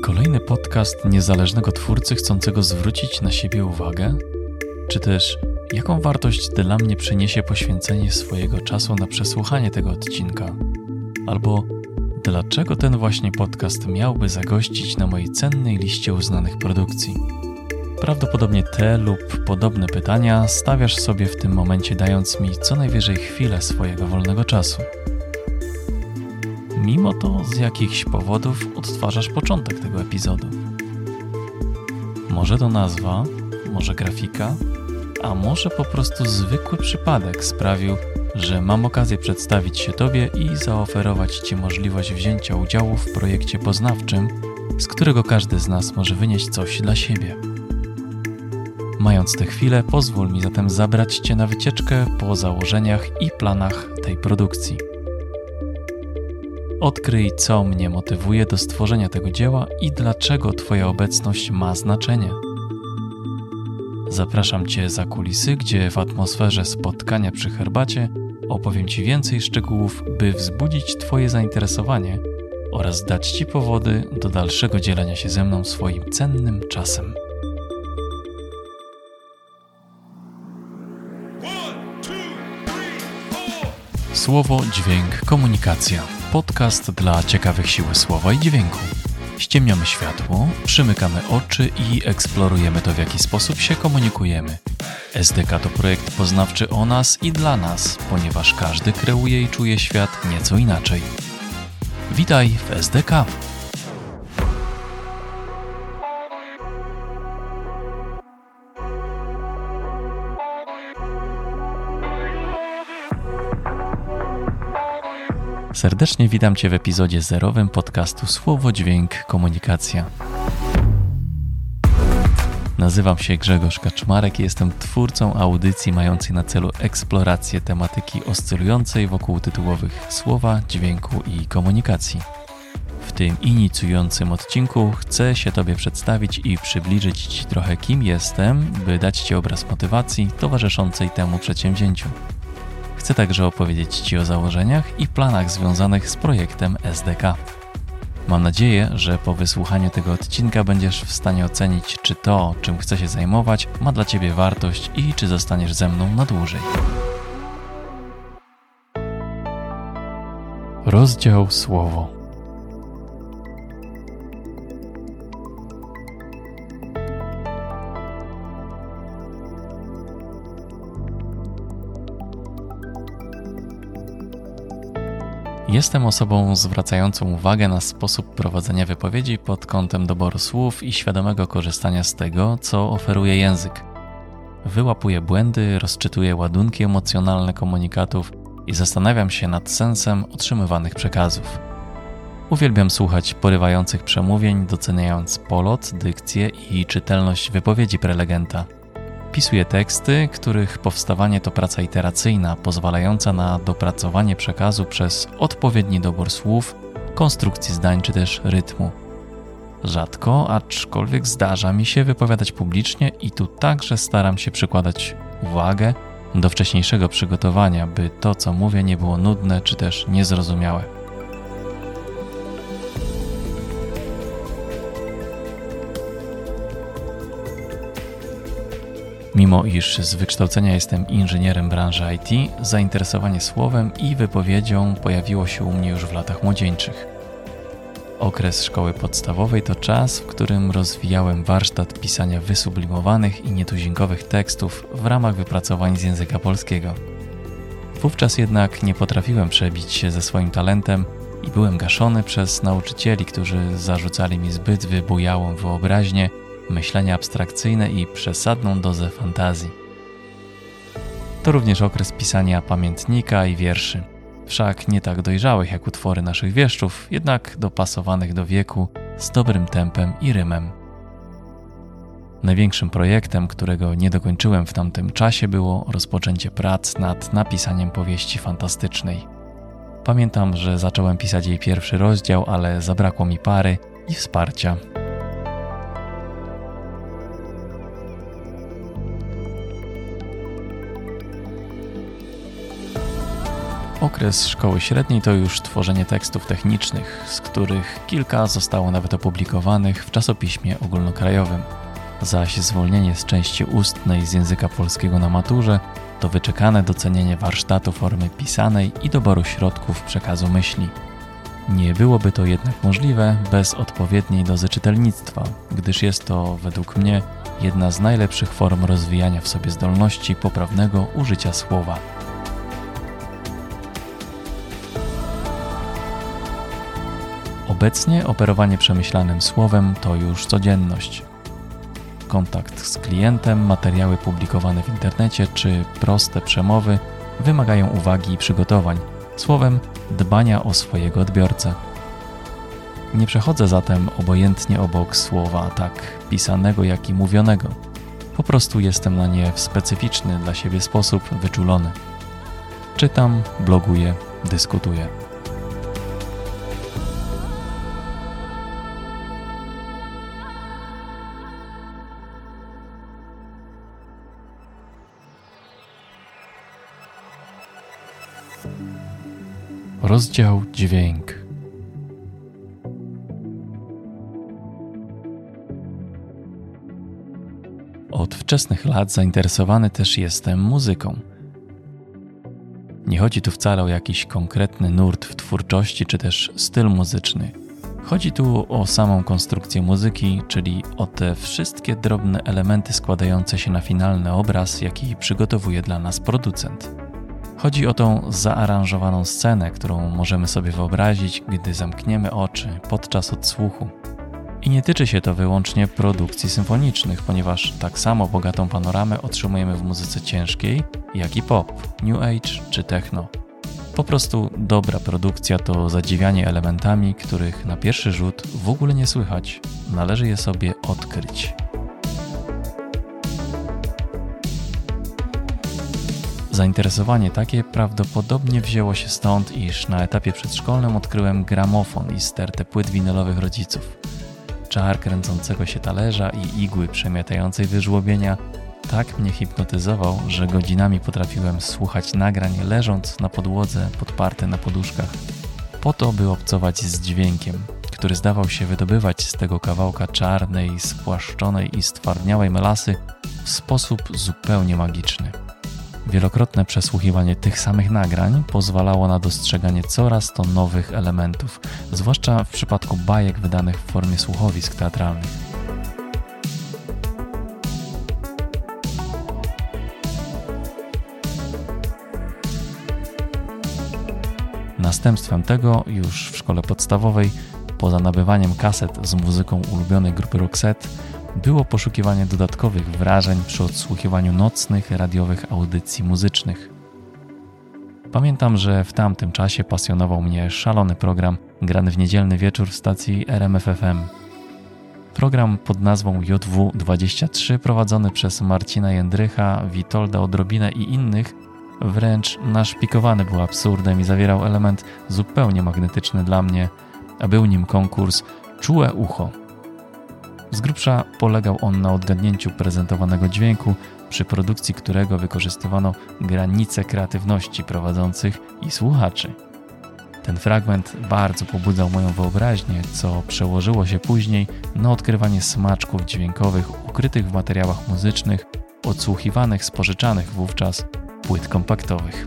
Kolejny podcast niezależnego twórcy chcącego zwrócić na siebie uwagę? Czy też jaką wartość dla mnie przyniesie poświęcenie swojego czasu na przesłuchanie tego odcinka? Albo dlaczego ten właśnie podcast miałby zagościć na mojej cennej liście uznanych produkcji? Prawdopodobnie te lub podobne pytania stawiasz sobie w tym momencie, dając mi co najwyżej chwilę swojego wolnego czasu. Mimo to z jakichś powodów odtwarzasz początek tego epizodu. Może to nazwa, może grafika, a może po prostu zwykły przypadek sprawił, że mam okazję przedstawić się Tobie i zaoferować Ci możliwość wzięcia udziału w projekcie poznawczym, z którego każdy z nas może wynieść coś dla siebie. Mając tę chwilę, pozwól mi zatem zabrać Cię na wycieczkę po założeniach i planach tej produkcji. Odkryj, co mnie motywuje do stworzenia tego dzieła i dlaczego Twoja obecność ma znaczenie. Zapraszam Cię za kulisy, gdzie w atmosferze spotkania przy herbacie opowiem Ci więcej szczegółów, by wzbudzić Twoje zainteresowanie oraz dać Ci powody do dalszego dzielenia się ze mną swoim cennym czasem. Słowo, dźwięk, komunikacja. Podcast dla ciekawych siły słowa i dźwięku. Ściemniamy światło, przymykamy oczy i eksplorujemy to, w jaki sposób się komunikujemy. SDK to projekt poznawczy o nas i dla nas, ponieważ każdy kreuje i czuje świat nieco inaczej. Witaj w SDK! Serdecznie witam Cię w epizodzie zerowym podcastu Słowo, dźwięk, komunikacja. Nazywam się Grzegorz Kaczmarek i jestem twórcą audycji mającej na celu eksplorację tematyki oscylującej wokół tytułowych słowa, dźwięku i komunikacji. W tym inicjującym odcinku chcę się Tobie przedstawić i przybliżyć Ci trochę, kim jestem, by dać Ci obraz motywacji towarzyszącej temu przedsięwzięciu. Chcę także opowiedzieć Ci o założeniach i planach związanych z projektem SDK. Mam nadzieję, że po wysłuchaniu tego odcinka będziesz w stanie ocenić, czy to, czym chcę się zajmować, ma dla Ciebie wartość i czy zostaniesz ze mną na dłużej. Rozdział Słowo. Jestem osobą zwracającą uwagę na sposób prowadzenia wypowiedzi pod kątem doboru słów i świadomego korzystania z tego, co oferuje język. Wyłapuję błędy, rozczytuję ładunki emocjonalne komunikatów i zastanawiam się nad sensem otrzymywanych przekazów. Uwielbiam słuchać porywających przemówień, doceniając polot, dykcję i czytelność wypowiedzi prelegenta. Pisuję teksty, których powstawanie to praca iteracyjna, pozwalająca na dopracowanie przekazu przez odpowiedni dobór słów, konstrukcji zdań czy też rytmu. Rzadko, aczkolwiek zdarza mi się wypowiadać publicznie i tu także staram się przykładać uwagę do wcześniejszego przygotowania, by to, co mówię, nie było nudne czy też niezrozumiałe. Mimo iż z wykształcenia jestem inżynierem branży IT, zainteresowanie słowem i wypowiedzią pojawiło się u mnie już w latach młodzieńczych. Okres szkoły podstawowej to czas, w którym rozwijałem warsztat pisania wysublimowanych i nietuzinkowych tekstów w ramach wypracowań z języka polskiego. Wówczas jednak nie potrafiłem przebić się ze swoim talentem i byłem gaszony przez nauczycieli, którzy zarzucali mi zbyt wybujałą wyobraźnię, myślenie abstrakcyjne i przesadną dozę fantazji. To również okres pisania pamiętnika i wierszy, wszak nie tak dojrzałych jak utwory naszych wieszczów, jednak dopasowanych do wieku, z dobrym tempem i rymem. Największym projektem, którego nie dokończyłem w tamtym czasie, było rozpoczęcie prac nad napisaniem powieści fantastycznej. Pamiętam, że zacząłem pisać jej pierwszy rozdział, ale zabrakło mi pary i wsparcia. Okres szkoły średniej to już tworzenie tekstów technicznych, z których kilka zostało nawet opublikowanych w czasopiśmie ogólnokrajowym. Zaś zwolnienie z części ustnej z języka polskiego na maturze to wyczekane docenienie warsztatu formy pisanej i doboru środków przekazu myśli. Nie byłoby to jednak możliwe bez odpowiedniej dozy czytelnictwa, gdyż jest to, według mnie, jedna z najlepszych form rozwijania w sobie zdolności poprawnego użycia słowa. Obecnie operowanie przemyślanym słowem to już codzienność. Kontakt z klientem, materiały publikowane w internecie czy proste przemowy wymagają uwagi i przygotowań, słowem dbania o swojego odbiorcę. Nie przechodzę zatem obojętnie obok słowa tak pisanego, jak i mówionego. Po prostu jestem na nie w specyficzny dla siebie sposób wyczulony. Czytam, bloguję, dyskutuję. Rozdział dźwięk. Od wczesnych lat zainteresowany też jestem muzyką. Nie chodzi tu wcale o jakiś konkretny nurt w twórczości czy też styl muzyczny. Chodzi tu o samą konstrukcję muzyki, czyli o te wszystkie drobne elementy składające się na finalny obraz, jaki przygotowuje dla nas producent. Chodzi o tą zaaranżowaną scenę, którą możemy sobie wyobrazić, gdy zamkniemy oczy podczas odsłuchu. I nie tyczy się to wyłącznie produkcji symfonicznych, ponieważ tak samo bogatą panoramę otrzymujemy w muzyce ciężkiej, jak i pop, new age czy techno. Po prostu dobra produkcja to zadziwianie elementami, których na pierwszy rzut w ogóle nie słychać. Należy je sobie odkryć. Zainteresowanie takie prawdopodobnie wzięło się stąd, iż na etapie przedszkolnym odkryłem gramofon i stertę płyt winylowych rodziców. Czar kręcącego się talerza i igły przemiatającej wyżłobienia tak mnie hipnotyzował, że godzinami potrafiłem słuchać nagrań leżąc na podłodze podparty na poduszkach. Po to, by obcować z dźwiękiem, który zdawał się wydobywać z tego kawałka czarnej, spłaszczonej i stwardniałej melasy w sposób zupełnie magiczny. Wielokrotne przesłuchiwanie tych samych nagrań pozwalało na dostrzeganie coraz to nowych elementów, zwłaszcza w przypadku bajek wydanych w formie słuchowisk teatralnych. Następstwem tego już w szkole podstawowej, poza nabywaniem kaset z muzyką ulubionej grupy Roxette, było poszukiwanie dodatkowych wrażeń przy odsłuchiwaniu nocnych, radiowych audycji muzycznych. Pamiętam, że w tamtym czasie pasjonował mnie szalony program grany w niedzielny wieczór w stacji RMF FM. Program pod nazwą JW23 prowadzony przez Marcina Jędrycha, Witolda Odrobinę i innych wręcz naszpikowany był absurdem i zawierał element zupełnie magnetyczny dla mnie, a był nim konkurs Czułe ucho. Z grubsza polegał on na odgadnięciu prezentowanego dźwięku, przy produkcji którego wykorzystywano granice kreatywności prowadzących i słuchaczy. Ten fragment bardzo pobudzał moją wyobraźnię, co przełożyło się później na odkrywanie smaczków dźwiękowych ukrytych w materiałach muzycznych, odsłuchiwanych z pożyczanych wówczas płyt kompaktowych.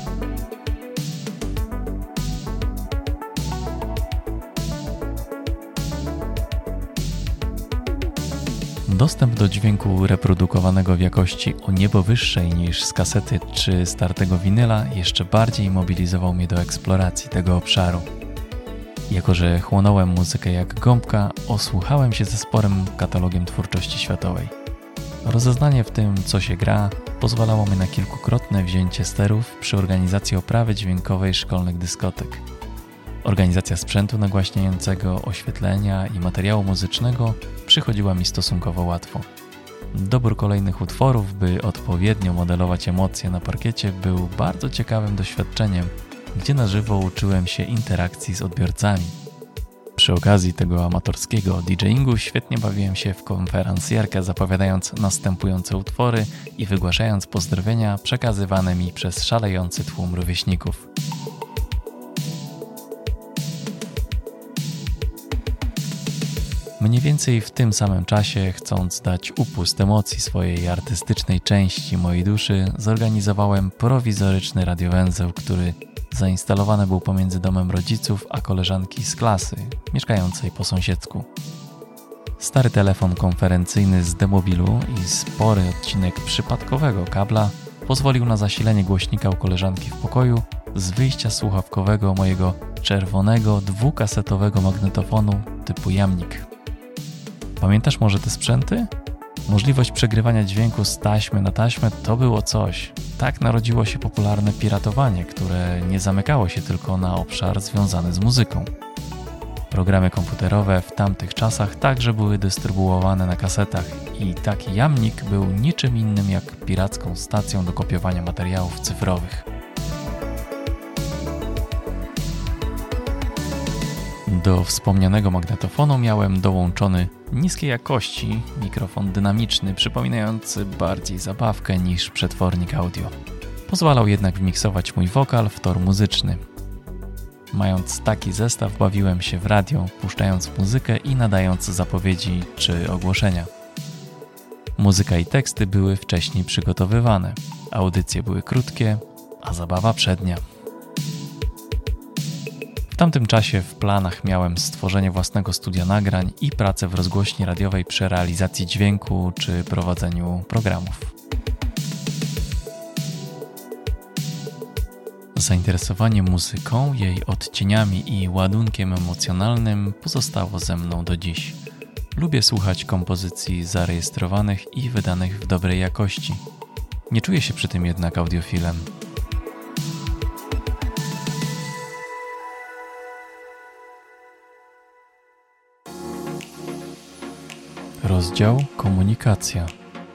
Dostęp do dźwięku reprodukowanego w jakości o niebo wyższej niż z kasety czy startego winyla jeszcze bardziej mobilizował mnie do eksploracji tego obszaru. Jako że chłonąłem muzykę jak gąbka, osłuchałem się ze sporym katalogiem twórczości światowej. Rozeznanie w tym, co się gra, pozwalało mi na kilkukrotne wzięcie sterów przy organizacji oprawy dźwiękowej szkolnych dyskotek. Organizacja sprzętu nagłaśniającego, oświetlenia i materiału muzycznego przychodziła mi stosunkowo łatwo. Dobór kolejnych utworów, by odpowiednio modelować emocje na parkiecie, był bardzo ciekawym doświadczeniem, gdzie na żywo uczyłem się interakcji z odbiorcami. Przy okazji tego amatorskiego DJingu świetnie bawiłem się w konferencjerkę, zapowiadając następujące utwory i wygłaszając pozdrowienia przekazywane mi przez szalejący tłum rówieśników. Mniej więcej w tym samym czasie, chcąc dać upust emocji swojej artystycznej części mojej duszy, zorganizowałem prowizoryczny radiowęzeł, który zainstalowany był pomiędzy domem rodziców a koleżanki z klasy, mieszkającej po sąsiedzku. Stary telefon konferencyjny z demobilu i spory odcinek przypadkowego kabla pozwolił na zasilenie głośnika u koleżanki w pokoju z wyjścia słuchawkowego mojego czerwonego, dwukasetowego magnetofonu typu jamnik. Pamiętasz może te sprzęty? Możliwość przegrywania dźwięku z taśmy na taśmę to było coś. Tak narodziło się popularne piratowanie, które nie zamykało się tylko na obszar związany z muzyką. Programy komputerowe w tamtych czasach także były dystrybuowane na kasetach i taki jamnik był niczym innym jak piracką stacją do kopiowania materiałów cyfrowych. Do wspomnianego magnetofonu miałem dołączony niskiej jakości mikrofon dynamiczny, przypominający bardziej zabawkę niż przetwornik audio. Pozwalał jednak wmiksować mój wokal w tor muzyczny. Mając taki zestaw, bawiłem się w radio, puszczając muzykę i nadając zapowiedzi czy ogłoszenia. Muzyka i teksty były wcześniej przygotowywane, audycje były krótkie, a zabawa przednia. W tamtym czasie w planach miałem stworzenie własnego studia nagrań i pracę w rozgłośni radiowej przy realizacji dźwięku czy prowadzeniu programów. Zainteresowanie muzyką, jej odcieniami i ładunkiem emocjonalnym pozostało ze mną do dziś. Lubię słuchać kompozycji zarejestrowanych i wydanych w dobrej jakości. Nie czuję się przy tym jednak audiofilem. Rozdział Komunikacja.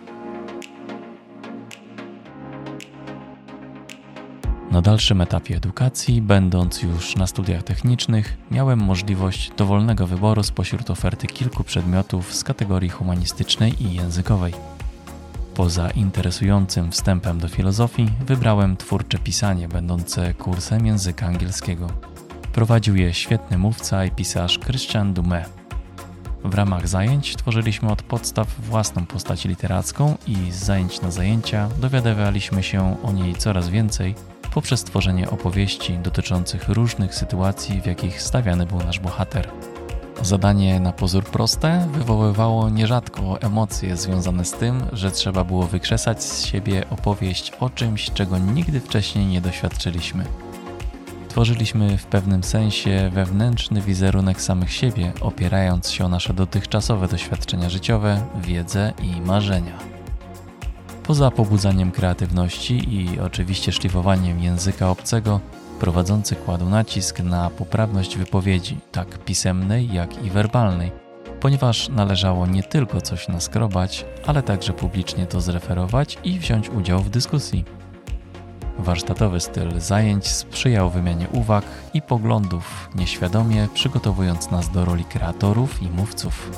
Na dalszym etapie edukacji, będąc już na studiach technicznych, miałem możliwość dowolnego wyboru spośród oferty kilku przedmiotów z kategorii humanistycznej i językowej. Poza interesującym wstępem do filozofii, wybrałem twórcze pisanie, będące kursem języka angielskiego. Prowadził je świetny mówca i pisarz Christian Dume. W ramach zajęć tworzyliśmy od podstaw własną postać literacką i z zajęć na zajęcia dowiadywaliśmy się o niej coraz więcej poprzez tworzenie opowieści dotyczących różnych sytuacji, w jakich stawiany był nasz bohater. Zadanie na pozór proste wywoływało nierzadko emocje związane z tym, że trzeba było wykrzesać z siebie opowieść o czymś, czego nigdy wcześniej nie doświadczyliśmy. Tworzyliśmy w pewnym sensie wewnętrzny wizerunek samych siebie, opierając się o nasze dotychczasowe doświadczenia życiowe, wiedzę i marzenia. Poza pobudzaniem kreatywności i oczywiście szlifowaniem języka obcego, prowadzący kładł nacisk na poprawność wypowiedzi, tak pisemnej, jak i werbalnej, ponieważ należało nie tylko coś naskrobać, ale także publicznie to zreferować i wziąć udział w dyskusji. Warsztatowy styl zajęć sprzyjał wymianie uwag i poglądów, nieświadomie przygotowując nas do roli kreatorów i mówców.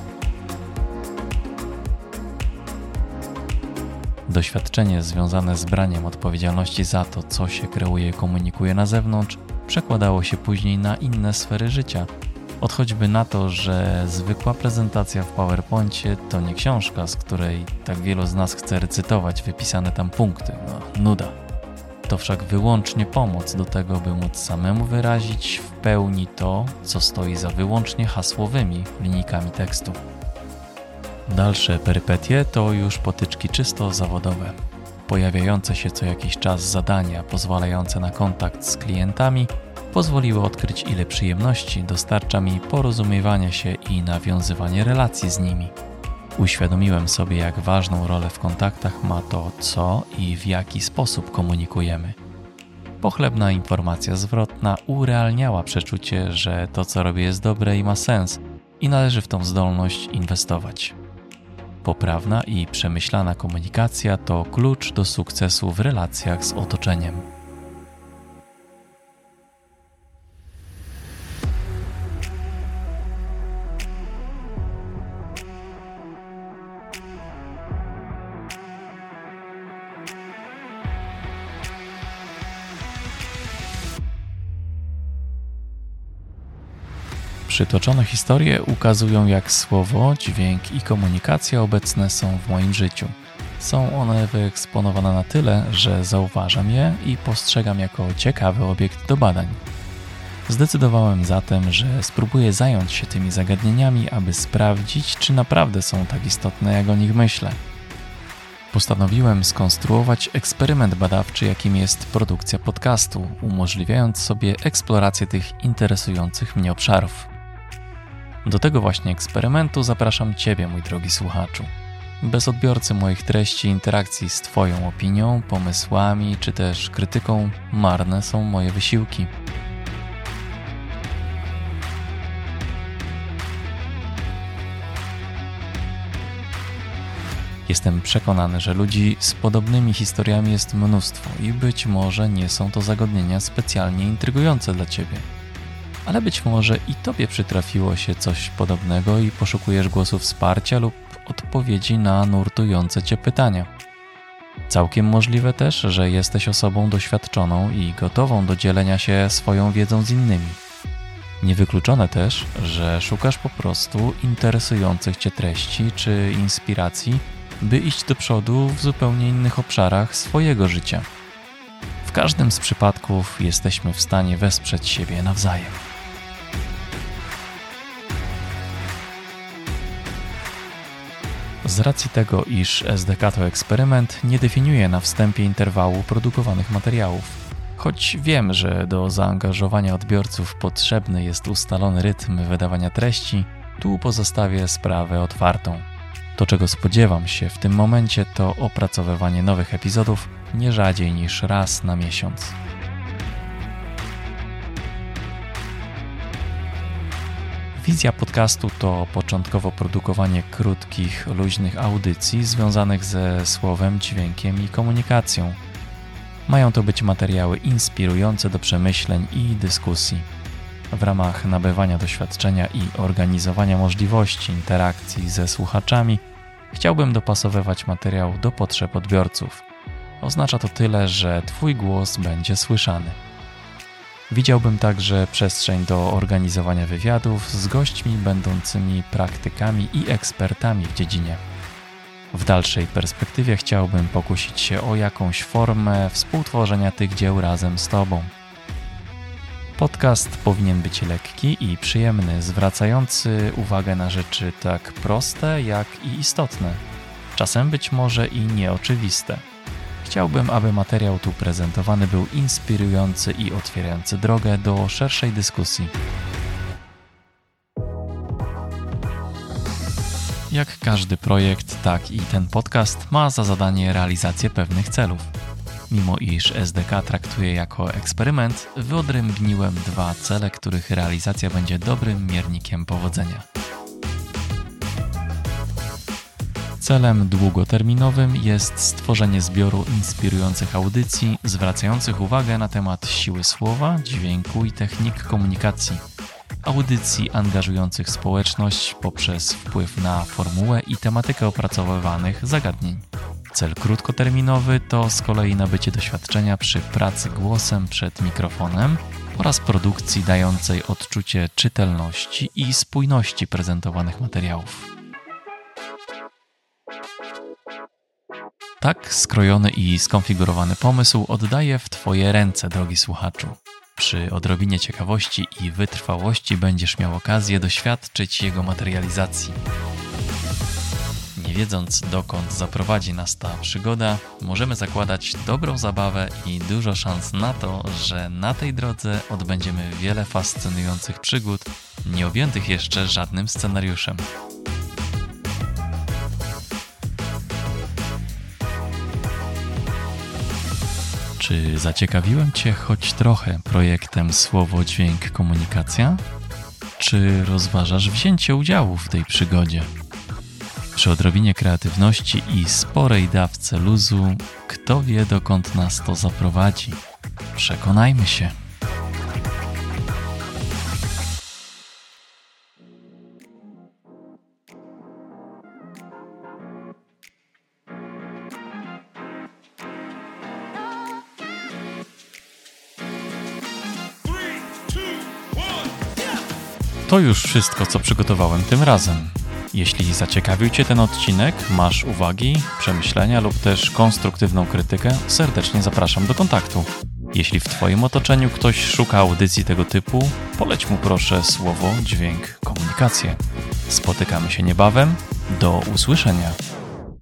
Doświadczenie związane z braniem odpowiedzialności za to, co się kreuje i komunikuje na zewnątrz, przekładało się później na inne sfery życia. Od choćby na to, że zwykła prezentacja w PowerPoincie to nie książka, z której tak wielu z nas chce recytować wypisane tam punkty. Nuda. To wszak wyłącznie pomoc do tego, by móc samemu wyrazić w pełni to, co stoi za wyłącznie hasłowymi linijkami tekstu. Dalsze perypetie to już potyczki czysto zawodowe. Pojawiające się co jakiś czas zadania pozwalające na kontakt z klientami pozwoliły odkryć, ile przyjemności dostarcza mi porozumiewanie się i nawiązywanie relacji z nimi. Uświadomiłem sobie, jak ważną rolę w kontaktach ma to, co i w jaki sposób komunikujemy. Pochlebna informacja zwrotna urealniała przeczucie, że to, co robię, jest dobre i ma sens i należy w tą zdolność inwestować. Poprawna i przemyślana komunikacja to klucz do sukcesu w relacjach z otoczeniem. Przytoczone historie ukazują, jak słowo, dźwięk i komunikacja obecne są w moim życiu. Są one wyeksponowane na tyle, że zauważam je i postrzegam jako ciekawy obiekt do badań. Zdecydowałem zatem, że spróbuję zająć się tymi zagadnieniami, aby sprawdzić, czy naprawdę są tak istotne, jak o nich myślę. Postanowiłem skonstruować eksperyment badawczy, jakim jest produkcja podcastu, umożliwiając sobie eksplorację tych interesujących mnie obszarów. Do tego właśnie eksperymentu zapraszam Ciebie, mój drogi słuchaczu. Bez odbiorcy moich treści interakcji z Twoją opinią, pomysłami czy też krytyką marne są moje wysiłki. Jestem przekonany, że ludzi z podobnymi historiami jest mnóstwo i być może nie są to zagadnienia specjalnie intrygujące dla Ciebie. Ale być może i Tobie przytrafiło się coś podobnego i poszukujesz głosu wsparcia lub odpowiedzi na nurtujące Cię pytania. Całkiem możliwe też, że jesteś osobą doświadczoną i gotową do dzielenia się swoją wiedzą z innymi. Niewykluczone też, że szukasz po prostu interesujących Cię treści czy inspiracji, by iść do przodu w zupełnie innych obszarach swojego życia. W każdym z przypadków jesteśmy w stanie wesprzeć siebie nawzajem. Z racji tego, iż SDK to eksperyment, nie definiuje na wstępie interwału produkowanych materiałów. Choć wiem, że do zaangażowania odbiorców potrzebny jest ustalony rytm wydawania treści, tu pozostawię sprawę otwartą. To, czego spodziewam się w tym momencie, to opracowywanie nowych epizodów nie rzadziej niż raz na miesiąc. Wizja podcastu to początkowo produkowanie krótkich, luźnych audycji związanych ze słowem, dźwiękiem i komunikacją. Mają to być materiały inspirujące do przemyśleń i dyskusji. W ramach nabywania doświadczenia i organizowania możliwości interakcji ze słuchaczami chciałbym dopasowywać materiał do potrzeb odbiorców. Oznacza to tyle, że Twój głos będzie słyszany. Widziałbym także przestrzeń do organizowania wywiadów z gośćmi będącymi praktykami i ekspertami w dziedzinie. W dalszej perspektywie chciałbym pokusić się o jakąś formę współtworzenia tych dzieł razem z Tobą. Podcast powinien być lekki i przyjemny, zwracający uwagę na rzeczy tak proste, jak i istotne. Czasem być może i nieoczywiste. Chciałbym, aby materiał tu prezentowany był inspirujący i otwierający drogę do szerszej dyskusji. Jak każdy projekt, tak i ten podcast ma za zadanie realizację pewnych celów. Mimo iż SDK traktuję jako eksperyment, wyodrębniłem 2 cele, których realizacja będzie dobrym miernikiem powodzenia. Celem długoterminowym jest stworzenie zbioru inspirujących audycji zwracających uwagę na temat siły słowa, dźwięku i technik komunikacji. Audycji angażujących społeczność poprzez wpływ na formułę i tematykę opracowywanych zagadnień. Cel krótkoterminowy to z kolei nabycie doświadczenia przy pracy głosem przed mikrofonem oraz produkcji dającej odczucie czytelności i spójności prezentowanych materiałów. Tak skrojony i skonfigurowany pomysł oddaję w Twoje ręce, drogi słuchaczu. Przy odrobinie ciekawości i wytrwałości będziesz miał okazję doświadczyć jego materializacji. Nie wiedząc, dokąd zaprowadzi nas ta przygoda, możemy zakładać dobrą zabawę i dużo szans na to, że na tej drodze odbędziemy wiele fascynujących przygód, nie objętych jeszcze żadnym scenariuszem. Czy zaciekawiłem Cię choć trochę projektem Słowo, Dźwięk, Komunikacja? Czy rozważasz wzięcie udziału w tej przygodzie? Przy odrobinie kreatywności i sporej dawce luzu, kto wie, dokąd nas to zaprowadzi? Przekonajmy się. To już wszystko, co przygotowałem tym razem. Jeśli zaciekawił Cię ten odcinek, masz uwagi, przemyślenia lub też konstruktywną krytykę, serdecznie zapraszam do kontaktu. Jeśli w Twoim otoczeniu ktoś szuka audycji tego typu, poleć mu proszę słowo, dźwięk, komunikację. Spotykamy się niebawem. Do usłyszenia.